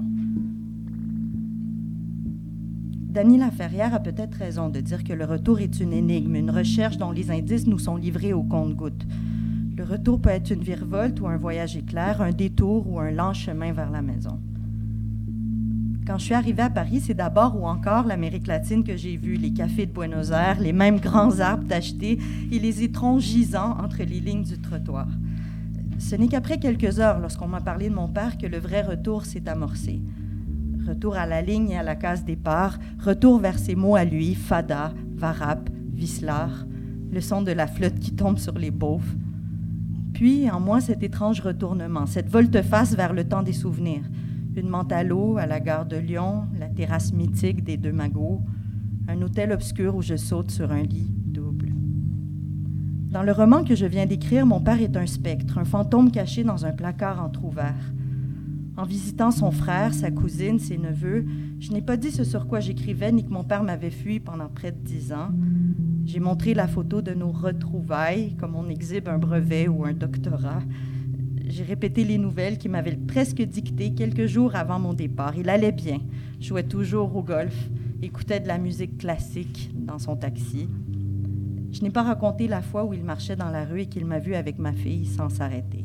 Dany Laferrière a peut-être raison de dire que le retour est une énigme, une recherche dont les indices nous sont livrés au compte-gouttes. Le retour peut être une virevolte ou un voyage éclair, un détour ou un lent chemin vers la maison. Quand je suis arrivée à Paris, c'est d'abord ou encore l'Amérique latine que j'ai vue, les cafés de Buenos Aires, les mêmes grands arbres tachetés et les étrons gisant entre les lignes du trottoir. Ce n'est qu'après quelques heures, lorsqu'on m'a parlé de mon père, que le vrai retour s'est amorcé. Retour à la ligne et à la case départ, retour vers ses mots à lui, fada, varap, vislar, le son de la flotte qui tombe sur les beaufs. Puis, en moi, cet étrange retournement, cette volte-face vers le temps des souvenirs. Une menthe à l'eau à la gare de Lyon, la terrasse mythique des Deux Magots, un hôtel obscur où je saute sur un lit double. Dans le roman que je viens d'écrire, mon père est un spectre, un fantôme caché dans un placard entrouvert. En visitant son frère, sa cousine, ses neveux, je n'ai pas dit ce sur quoi j'écrivais ni que mon père m'avait fui pendant près de dix ans. J'ai montré la photo de nos retrouvailles, comme on exhibe un brevet ou un doctorat. J'ai répété les nouvelles qu'il m'avait presque dictées quelques jours avant mon départ. Il allait bien, jouait toujours au golf, écoutait de la musique classique dans son taxi. Je n'ai pas raconté la fois où il marchait dans la rue et qu'il m'a vue avec ma fille sans s'arrêter.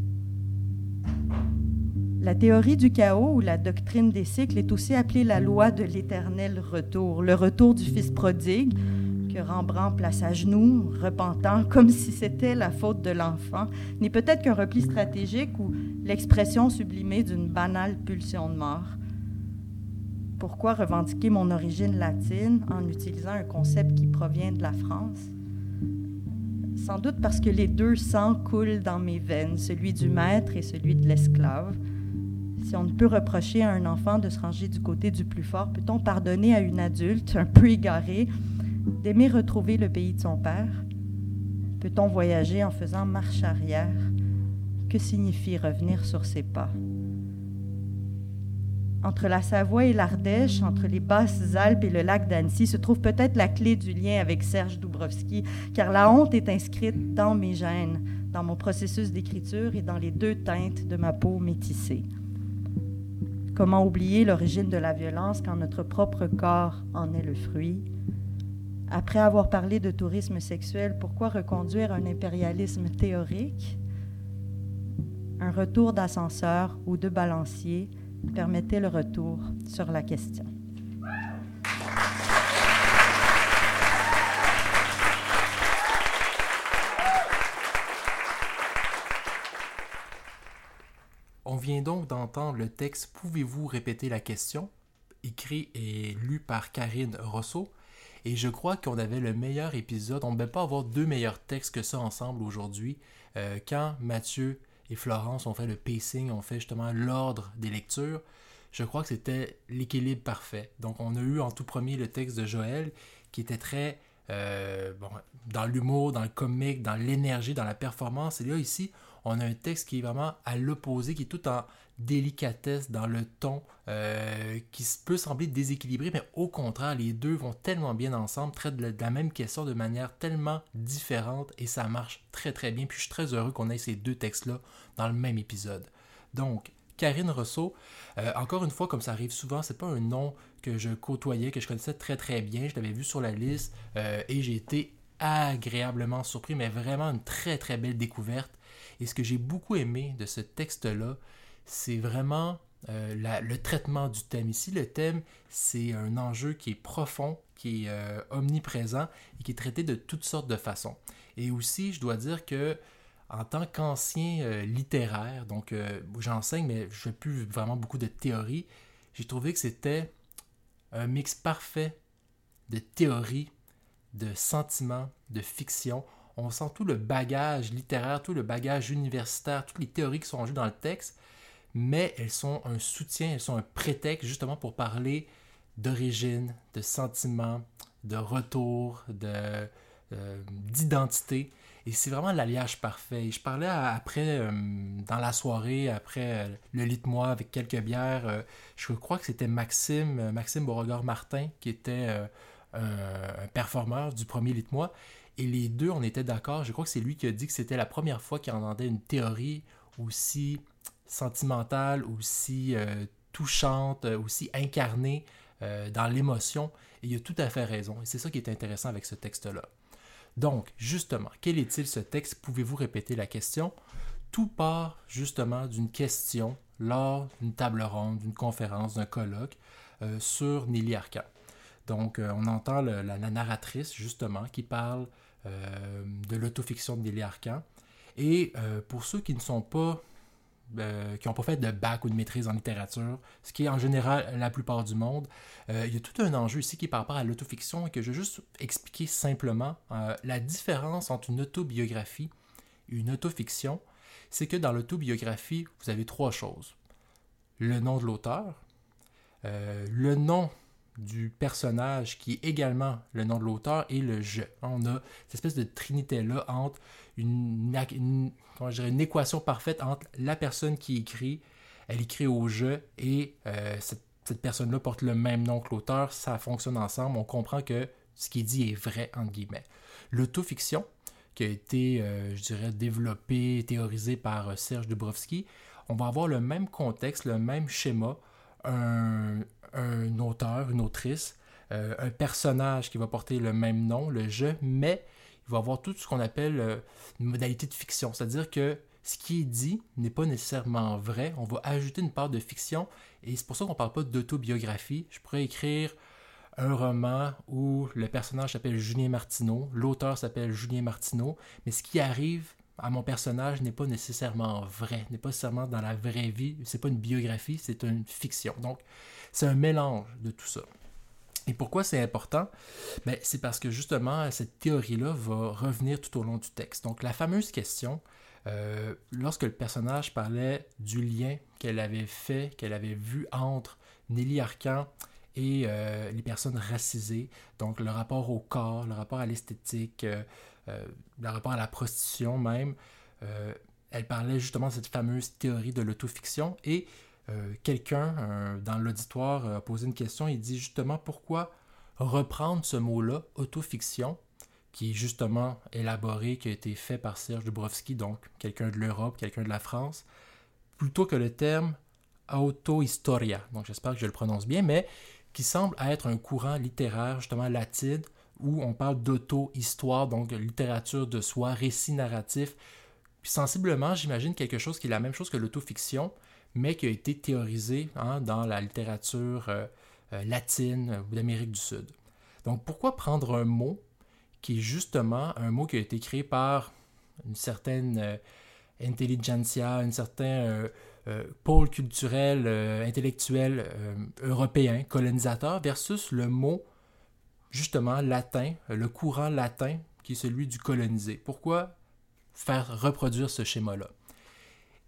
La théorie du chaos ou la doctrine des cycles est aussi appelée la loi de l'éternel retour, le retour du fils prodigue que Rembrandt place à genoux, repentant, comme si c'était la faute de l'enfant, n'est peut-être qu'un repli stratégique ou l'expression sublimée d'une banale pulsion de mort. Pourquoi revendiquer mon origine latine en utilisant un concept qui provient de la France? Sans doute parce que les deux sangs coulent dans mes veines, celui du maître et celui de l'esclave. Si on ne peut reprocher à un enfant de se ranger du côté du plus fort, peut-on pardonner à une adulte un peu égarée d'aimer retrouver le pays de son père? Peut-on voyager en faisant marche arrière? Que signifie revenir sur ses pas? Entre la Savoie et l'Ardèche, entre les Basses-Alpes et le lac d'Annecy, se trouve peut-être la clé du lien avec Serge Doubrovski, car la honte est inscrite dans mes gènes, dans mon processus d'écriture et dans les deux teintes de ma peau métissée. Comment oublier l'origine de la violence quand notre propre corps en est le fruit? Après avoir parlé de tourisme sexuel, pourquoi reconduire un impérialisme théorique? Un retour d'ascenseur ou de balancier permettait le retour sur la question. On vient donc d'entendre le texte « Pouvez-vous répéter la question ?» écrit et lu par Karine Rosso. Et je crois qu'on avait le meilleur épisode. On ne peut pas avoir deux meilleurs textes que ça ensemble aujourd'hui. Euh, quand Mathieu et Florence ont fait le pacing, ont fait justement l'ordre des lectures, je crois que c'était l'équilibre parfait. Donc, on a eu en tout premier le texte de Joël, qui était très euh, bon, dans l'humour, dans le comique, dans l'énergie, dans la performance. Et là, ici, on a un texte qui est vraiment à l'opposé, qui est tout en délicatesse, dans le ton, euh, qui peut sembler déséquilibré, mais au contraire, les deux vont tellement bien ensemble, traitent de la même question de manière tellement différente, et ça marche très très bien. Puis je suis très heureux qu'on ait ces deux textes-là dans le même épisode. Donc, Karine Rousseau, euh, encore une fois, comme ça arrive souvent, c'est pas un nom que je côtoyais, que je connaissais très très bien, je l'avais vu sur la liste, euh, et j'ai été agréablement surpris, mais vraiment une très très belle découverte. Et ce que j'ai beaucoup aimé de ce texte-là, c'est vraiment euh, la, le traitement du thème. Ici, le thème, c'est un enjeu qui est profond, qui est euh, omniprésent et qui est traité de toutes sortes de façons. Et aussi, je dois dire que en tant qu'ancien euh, littéraire, donc euh, j'enseigne, mais je ne fais plus vraiment beaucoup de théorie, j'ai trouvé que c'était un mix parfait de théorie, de sentiments, de fiction. On sent tout le bagage littéraire, tout le bagage universitaire, toutes les théories qui sont en jeu dans le texte, mais elles sont un soutien, elles sont un prétexte justement pour parler d'origine, de sentiments, de retour, de, euh, d'identité. Et c'est vraiment l'alliage parfait. Et je parlais à, après, euh, dans la soirée, après euh, le lit-moi avec quelques bières, euh, je crois que c'était Maxime, euh, Maxime Beauregard-Martin, qui était euh, un, un performeur du premier lit-moi. Et les deux, on était d'accord. Je crois que c'est lui qui a dit que c'était la première fois qu'il entendait une théorie aussi sentimentale, aussi euh, touchante, aussi incarnée euh, dans l'émotion. Et il a tout à fait raison. Et c'est ça qui est intéressant avec ce texte-là. Donc, justement, quel est-il ce texte? Pouvez-vous répéter la question? Tout part justement d'une question lors d'une table ronde, d'une conférence, d'un colloque euh, sur Nelly Arcan. Donc, euh, on entend le, la, la narratrice, justement, qui parle euh, de l'autofiction de Nelly Arcan. Et euh, pour ceux qui ne sont pas, euh, qui n'ont pas fait de bac ou de maîtrise en littérature, ce qui est en général la plupart du monde, euh, il y a tout un enjeu ici qui est par rapport à l'autofiction et que je vais juste expliquer simplement. Euh, la différence entre une autobiographie et une autofiction, c'est que dans l'autobiographie, vous avez trois choses. Le nom de l'auteur, euh, le nom du personnage qui est également le nom de l'auteur et le « je ». On a cette espèce de trinité-là entre une, une, comment je dirais, une équation parfaite entre la personne qui écrit, elle écrit au « je » et euh, cette, cette personne-là porte le même nom que l'auteur, ça fonctionne ensemble, on comprend que ce qui est dit est vrai, entre guillemets. L'autofiction, qui a été, euh, je dirais, développée, théorisée par euh, Serge Dubrovsky, on va avoir le même contexte, le même schéma, un... un auteur, une autrice, euh, un personnage qui va porter le même nom, le « je », mais il va avoir tout ce qu'on appelle euh, une modalité de fiction. C'est-à-dire que ce qui est dit n'est pas nécessairement vrai. On va ajouter une part de fiction et c'est pour ça qu'on ne parle pas d'autobiographie. Je pourrais écrire un roman où le personnage s'appelle Julien Martineau, l'auteur s'appelle Julien Martineau, mais ce qui arrive à mon personnage n'est pas nécessairement vrai, n'est pas nécessairement dans la vraie vie. C'est pas une biographie, c'est une fiction. Donc, c'est un mélange de tout ça. Et pourquoi c'est important? Ben, c'est parce que justement, cette théorie-là va revenir tout au long du texte. Donc, la fameuse question, euh, lorsque le personnage parlait du lien qu'elle avait fait, qu'elle avait vu entre Nelly Arcan et euh, les personnes racisées, donc le rapport au corps, le rapport à l'esthétique, euh, euh, le rapport à la prostitution même, euh, elle parlait justement de cette fameuse théorie de l'autofiction et euh, quelqu'un euh, dans l'auditoire a posé une question, il dit justement pourquoi reprendre ce mot-là, autofiction, qui est justement élaboré, qui a été fait par Serge Dubrovsky, donc quelqu'un de l'Europe, quelqu'un de la France, plutôt que le terme autohistoria, donc j'espère que je le prononce bien, mais qui semble être un courant littéraire justement latine, où on parle d'auto-histoire, donc littérature de soi, récit narratif. Puis sensiblement, j'imagine quelque chose qui est la même chose que l'autofiction, mais qui a été théorisé hein, dans la littérature euh, euh, latine ou d'Amérique du Sud. Donc pourquoi prendre un mot qui est justement un mot qui a été créé par une certaine euh, intelligentsia, un certain euh, euh, pôle culturel, euh, intellectuel euh, européen, colonisateur, versus le mot justement latin, le courant latin qui est celui du colonisé. Pourquoi faire reproduire ce schéma-là?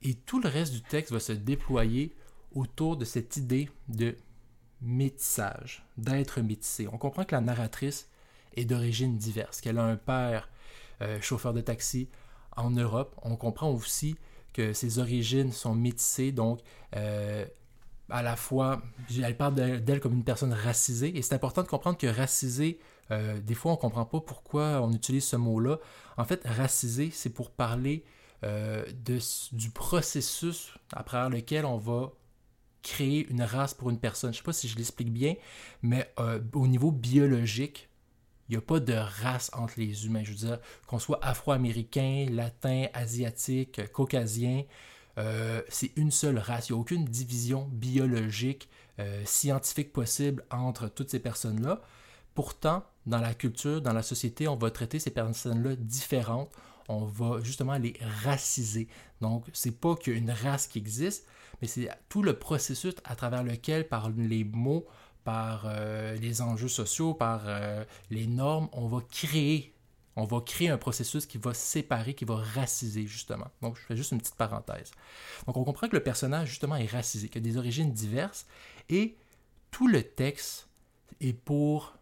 Et tout le reste du texte va se déployer autour de cette idée de métissage, d'être métissé. On comprend que la narratrice est d'origine diverse, qu'elle a un père euh, chauffeur de taxi en Europe. On comprend aussi que ses origines sont métissées, donc euh, à la fois, elle parle d'elle comme une personne racisée, et c'est important de comprendre que racisé, euh, des fois on ne comprend pas pourquoi on utilise ce mot-là. En fait, racisé, c'est pour parler euh, de, du processus à travers lequel on va créer une race pour une personne. Je ne sais pas si je l'explique bien, mais euh, au niveau biologique, il n'y a pas de race entre les humains. Je veux dire, qu'on soit afro-américain, latin, asiatique, caucasien, euh, c'est une seule race. Il n'y a aucune division biologique, euh, scientifique possible entre toutes ces personnes-là. Pourtant, dans la culture, dans la société, on va traiter ces personnes-là différentes. On va justement les raciser. Donc, c'est pas qu'il y a une race qui existe, mais c'est tout le processus à travers lequel, par les mots, par euh, les enjeux sociaux, par euh, les normes, on va créer, on va créer un processus qui va séparer, qui va raciser, justement. Donc, je fais juste une petite parenthèse. Donc, on comprend que le personnage, justement, est racisé, qu'il a des origines diverses, et tout le texte est pour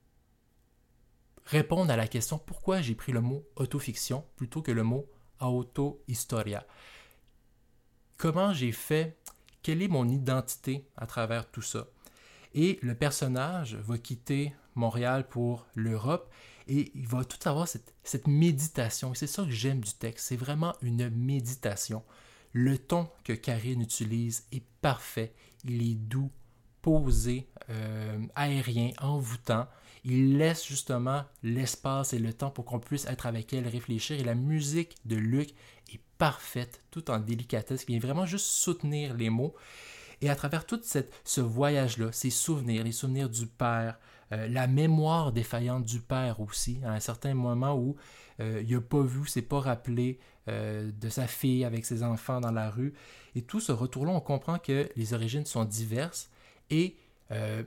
répondre à la question pourquoi j'ai pris le mot autofiction plutôt que le mot auto-historia. Comment j'ai fait, quelle est mon identité à travers tout ça? Et le personnage va quitter Montréal pour l'Europe et il va tout avoir cette, cette méditation. Et c'est ça que j'aime du texte, c'est vraiment une méditation. Le ton que Karine utilise est parfait, il est doux, posé, euh, aérien, envoûtant. Il laisse justement l'espace et le temps pour qu'on puisse être avec elle, réfléchir. Et la musique de Luc est parfaite, tout en délicatesse, qui vient vraiment juste soutenir les mots. Et à travers tout cette, ce voyage-là, ces souvenirs, les souvenirs du père, euh, la mémoire défaillante du père aussi, à un certain moment où euh, il n'a pas vu, s'est pas rappelé euh, de sa fille avec ses enfants dans la rue. Et tout ce retour-là, on comprend que les origines sont diverses et euh,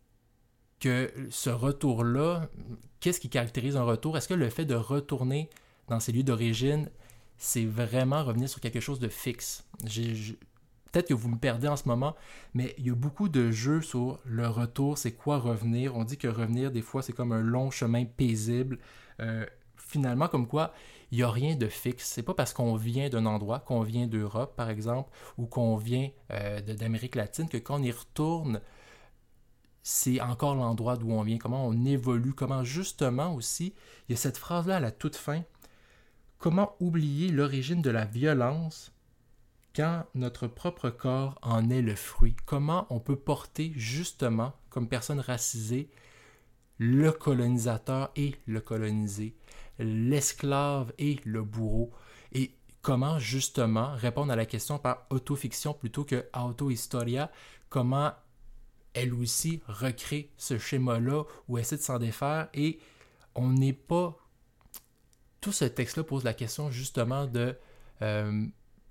que ce retour-là, qu'est-ce qui caractérise un retour? Est-ce que le fait de retourner dans ses lieux d'origine, c'est vraiment revenir sur quelque chose de fixe? J'ai... j'ai Peut-être que vous me perdez en ce moment, mais il y a beaucoup de jeux sur le retour, c'est quoi revenir. On dit que revenir, des fois, c'est comme un long chemin paisible. Euh, finalement, comme quoi, il n'y a rien de fixe. C'est pas parce qu'on vient d'un endroit, qu'on vient d'Europe, par exemple, ou qu'on vient euh, de, d'Amérique latine, que quand on y retourne, c'est encore l'endroit d'où on vient, comment on évolue, comment justement aussi, il y a cette phrase-là à la toute fin, comment oublier l'origine de la violence quand notre propre corps en est le fruit? Comment on peut porter justement, comme personne racisée, le colonisateur et le colonisé, l'esclave et le bourreau? Et comment justement répondre à la question par autofiction plutôt que auto-historia? Comment elle aussi recrée ce schéma-là ou essaie de s'en défaire? Et on n'est pas... Tout ce texte-là pose la question justement de... Euh,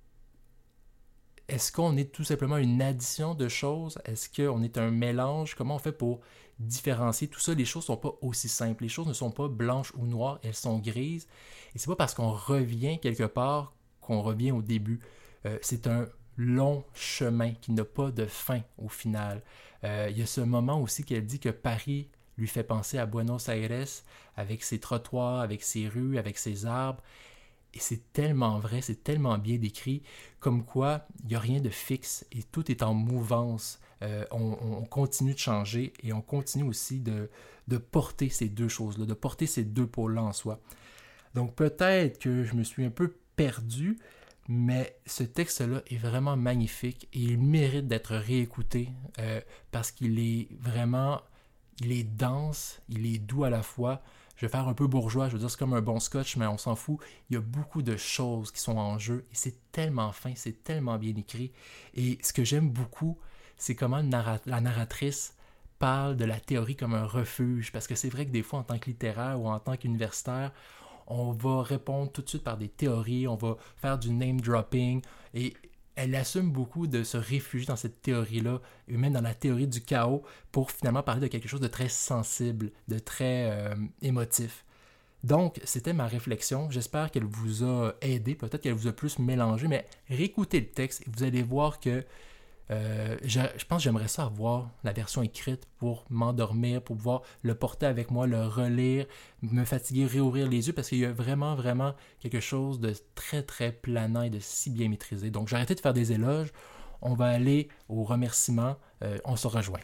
Est-ce qu'on est tout simplement une addition de choses? Est-ce qu'on est un mélange? Comment on fait pour différencier tout ça? Les choses ne sont pas aussi simples. Les choses ne sont pas blanches ou noires, elles sont grises. Et c'est pas parce qu'on revient quelque part qu'on revient au début. Euh, c'est un long chemin qui n'a pas de fin au final. Euh, il y a ce moment aussi qu'elle dit que Paris lui fait penser à Buenos Aires avec ses trottoirs, avec ses rues, avec ses arbres. Et c'est tellement vrai, c'est tellement bien décrit, comme quoi il n'y a rien de fixe et tout est en mouvance. Euh, on, on continue de changer et on continue aussi de, de porter ces deux choses-là, de porter ces deux pôles-là en soi. Donc peut-être que je me suis un peu perdu, mais ce texte-là est vraiment magnifique et il mérite d'être réécouté euh, parce qu'il est vraiment, il est dense, il est doux à la fois. Je vais faire un peu bourgeois, je veux dire c'est comme un bon scotch, mais on s'en fout. Il y a beaucoup de choses qui sont en jeu et c'est tellement fin, c'est tellement bien écrit. Et ce que j'aime beaucoup, c'est comment la, narra- la narratrice parle de la théorie comme un refuge. Parce que c'est vrai que des fois, en tant que littéraire ou en tant qu'universitaire, on va répondre tout de suite par des théories, on va faire du name dropping et elle assume beaucoup de se réfugier dans cette théorie-là, et même dans la théorie du chaos, pour finalement parler de quelque chose de très sensible, de très euh, émotif. Donc, c'était ma réflexion. J'espère qu'elle vous a aidé. Peut-être qu'elle vous a plus mélangé, mais réécoutez le texte et vous allez voir que euh, je, je pense que j'aimerais ça avoir la version écrite pour m'endormir, pour pouvoir le porter avec moi, le relire, me fatiguer, réouvrir les yeux, parce qu'il y a vraiment, vraiment quelque chose de très, très planant et de si bien maîtrisé. Donc, j'ai arrêté de faire des éloges. On va aller aux remerciements. Euh, on se rejoint.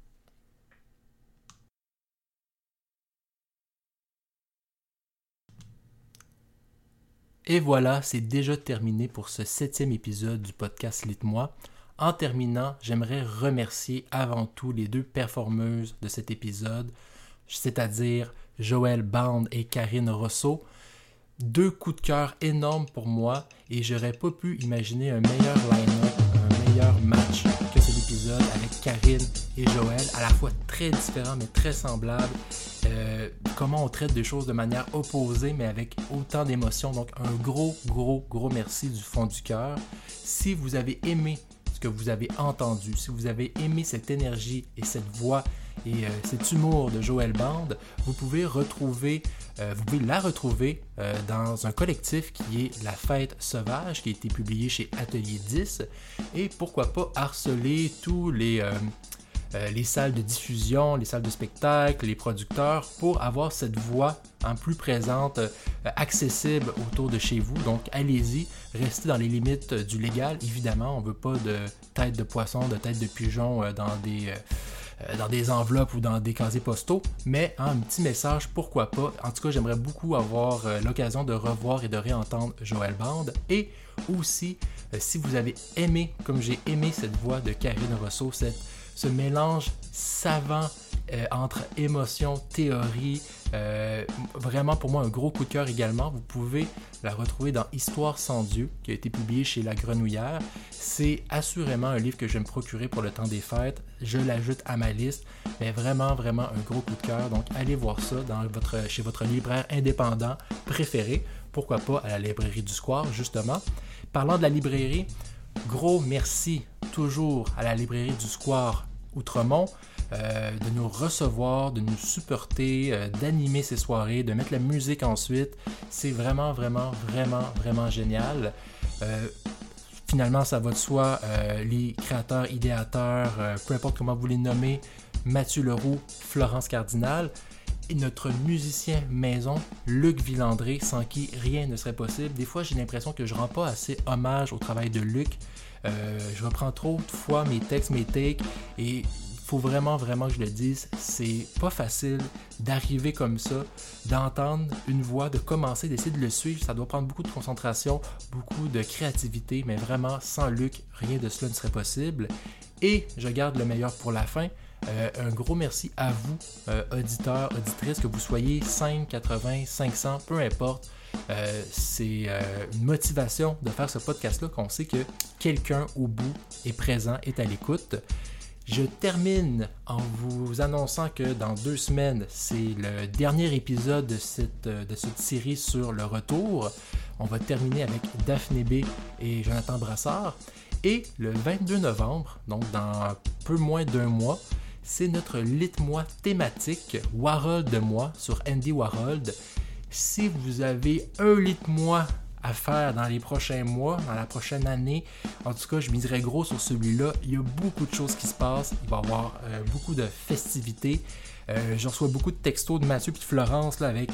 Et voilà, c'est déjà terminé pour ce septième épisode du podcast Lit-moi. En terminant, j'aimerais remercier avant tout les deux performeuses de cet épisode, c'est-à-dire Joëlle Bande et Karine Rousseau. Deux coups de cœur énormes pour moi et j'aurais pas pu imaginer un meilleur line-up, un meilleur match que cet épisode avec Karine et Joëlle, à la fois très différents mais très semblables. Euh, comment on traite des choses de manière opposée mais avec autant d'émotions. Donc un gros, gros, gros merci du fond du cœur. Si vous avez aimé ce que vous avez entendu, si vous avez aimé cette énergie et cette voix et euh, cet humour de Joëlle Bande, vous pouvez retrouver, euh, vous pouvez la retrouver euh, dans un collectif qui est La Fête Sauvage, qui a été publié chez Atelier dix. Et pourquoi pas harceler tous les... Euh, Euh, les salles de diffusion, les salles de spectacle, les producteurs, pour avoir cette voix en plus présente, euh, accessible autour de chez vous. Donc allez-y, restez dans les limites du légal. Évidemment, on ne veut pas de tête de poisson, de tête de pigeon euh, dans des... Euh, dans des enveloppes ou dans des casiers postaux, mais hein, un petit message, pourquoi pas. En tout cas, j'aimerais beaucoup avoir euh, l'occasion de revoir et de réentendre Joëlle Bande. Et aussi, euh, si vous avez aimé, comme j'ai aimé cette voix de Karine Rousseau, cette, ce mélange savant euh, entre émotion, théorie, euh, vraiment pour moi un gros coup de cœur également. Vous pouvez la retrouver dans Histoire sans Dieu, qui a été publié chez La Grenouillère. C'est assurément un livre que je vais me procurer pour le temps des fêtes. Je l'ajoute à ma liste, mais vraiment, vraiment un gros coup de cœur. Donc, allez voir ça dans votre, chez votre libraire indépendant préféré. Pourquoi pas à la librairie du Square, justement. Parlant de la librairie, gros merci toujours à la librairie du Square Outremont. Euh, de nous recevoir, de nous supporter, euh, d'animer ces soirées, de mettre la musique ensuite. C'est vraiment, vraiment, vraiment, vraiment génial. Euh, finalement, ça va de soi, euh, les créateurs, idéateurs, euh, peu importe comment vous les nommez, Mathieu Leroux, Florence Cardinal, et notre musicien maison, Luc Villandré, sans qui rien ne serait possible. Des fois, j'ai l'impression que je ne rends pas assez hommage au travail de Luc. Euh, je reprends trop de fois mes textes, mes takes, et il faut vraiment, vraiment que je le dise, c'est pas facile d'arriver comme ça, d'entendre une voix, de commencer, d'essayer de le suivre. Ça doit prendre beaucoup de concentration, beaucoup de créativité, mais vraiment, sans Luc, rien de cela ne serait possible. Et je garde le meilleur pour la fin. Euh, un gros merci à vous, euh, auditeurs, auditrices, que vous soyez cinq, quatre-vingts, cinq cents, peu importe. Euh, c'est euh, une motivation de faire ce podcast-là, qu'on sait que quelqu'un au bout est présent, est à l'écoute. Je termine en vous annonçant que dans deux semaines, c'est le dernier épisode de cette, de cette série sur le retour. On va terminer avec Daphné B et Jonathan Brassard. Et le vingt-deux novembre, donc dans peu moins d'un mois, c'est notre Lit-moi thématique Warhol de moi sur Andy Warhol. Si vous avez un Lit-moi à faire dans les prochains mois, dans la prochaine année, en tout cas, je miserais gros sur celui-là. Il y a beaucoup de choses qui se passent. Il va y avoir euh, beaucoup de festivités. Euh, je reçois beaucoup de textos de Mathieu et de Florence là, avec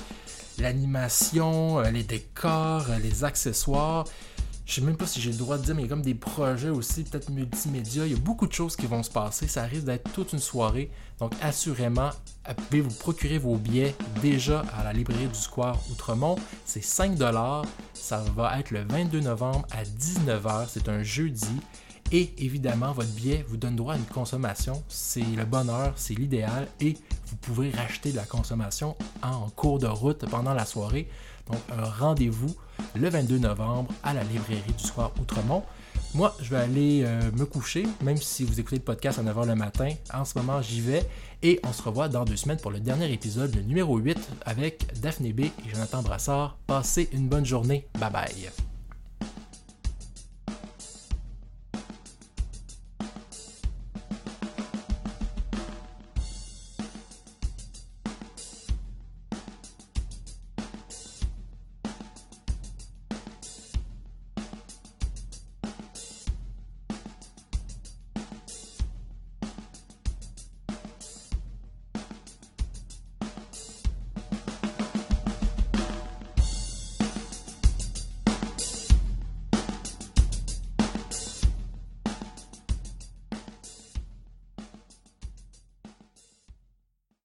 l'animation, euh, les décors, euh, les accessoires. Je sais même pas si j'ai le droit de dire, mais il y a comme des projets aussi, peut-être multimédia. Il y a beaucoup de choses qui vont se passer. Ça risque d'être toute une soirée. Donc, assurément, vous pouvez vous procurer vos billets déjà à la librairie du Square Outremont. C'est cinq dollars. Ça va être le vingt-deux novembre à dix-neuf heures. C'est un jeudi. Et évidemment, votre billet vous donne droit à une consommation. C'est le bonheur, c'est l'idéal. Et vous pouvez racheter de la consommation en cours de route pendant la soirée. Donc, un rendez-vous le vingt-deux novembre à la librairie du Square Outremont. Moi, je vais aller euh, me coucher, même si vous écoutez le podcast à neuf heures le matin. En ce moment, j'y vais. Et on se revoit dans deux semaines pour le dernier épisode, le numéro huit, avec Daphné B et Jonathan Brassard. Passez une bonne journée. Bye bye.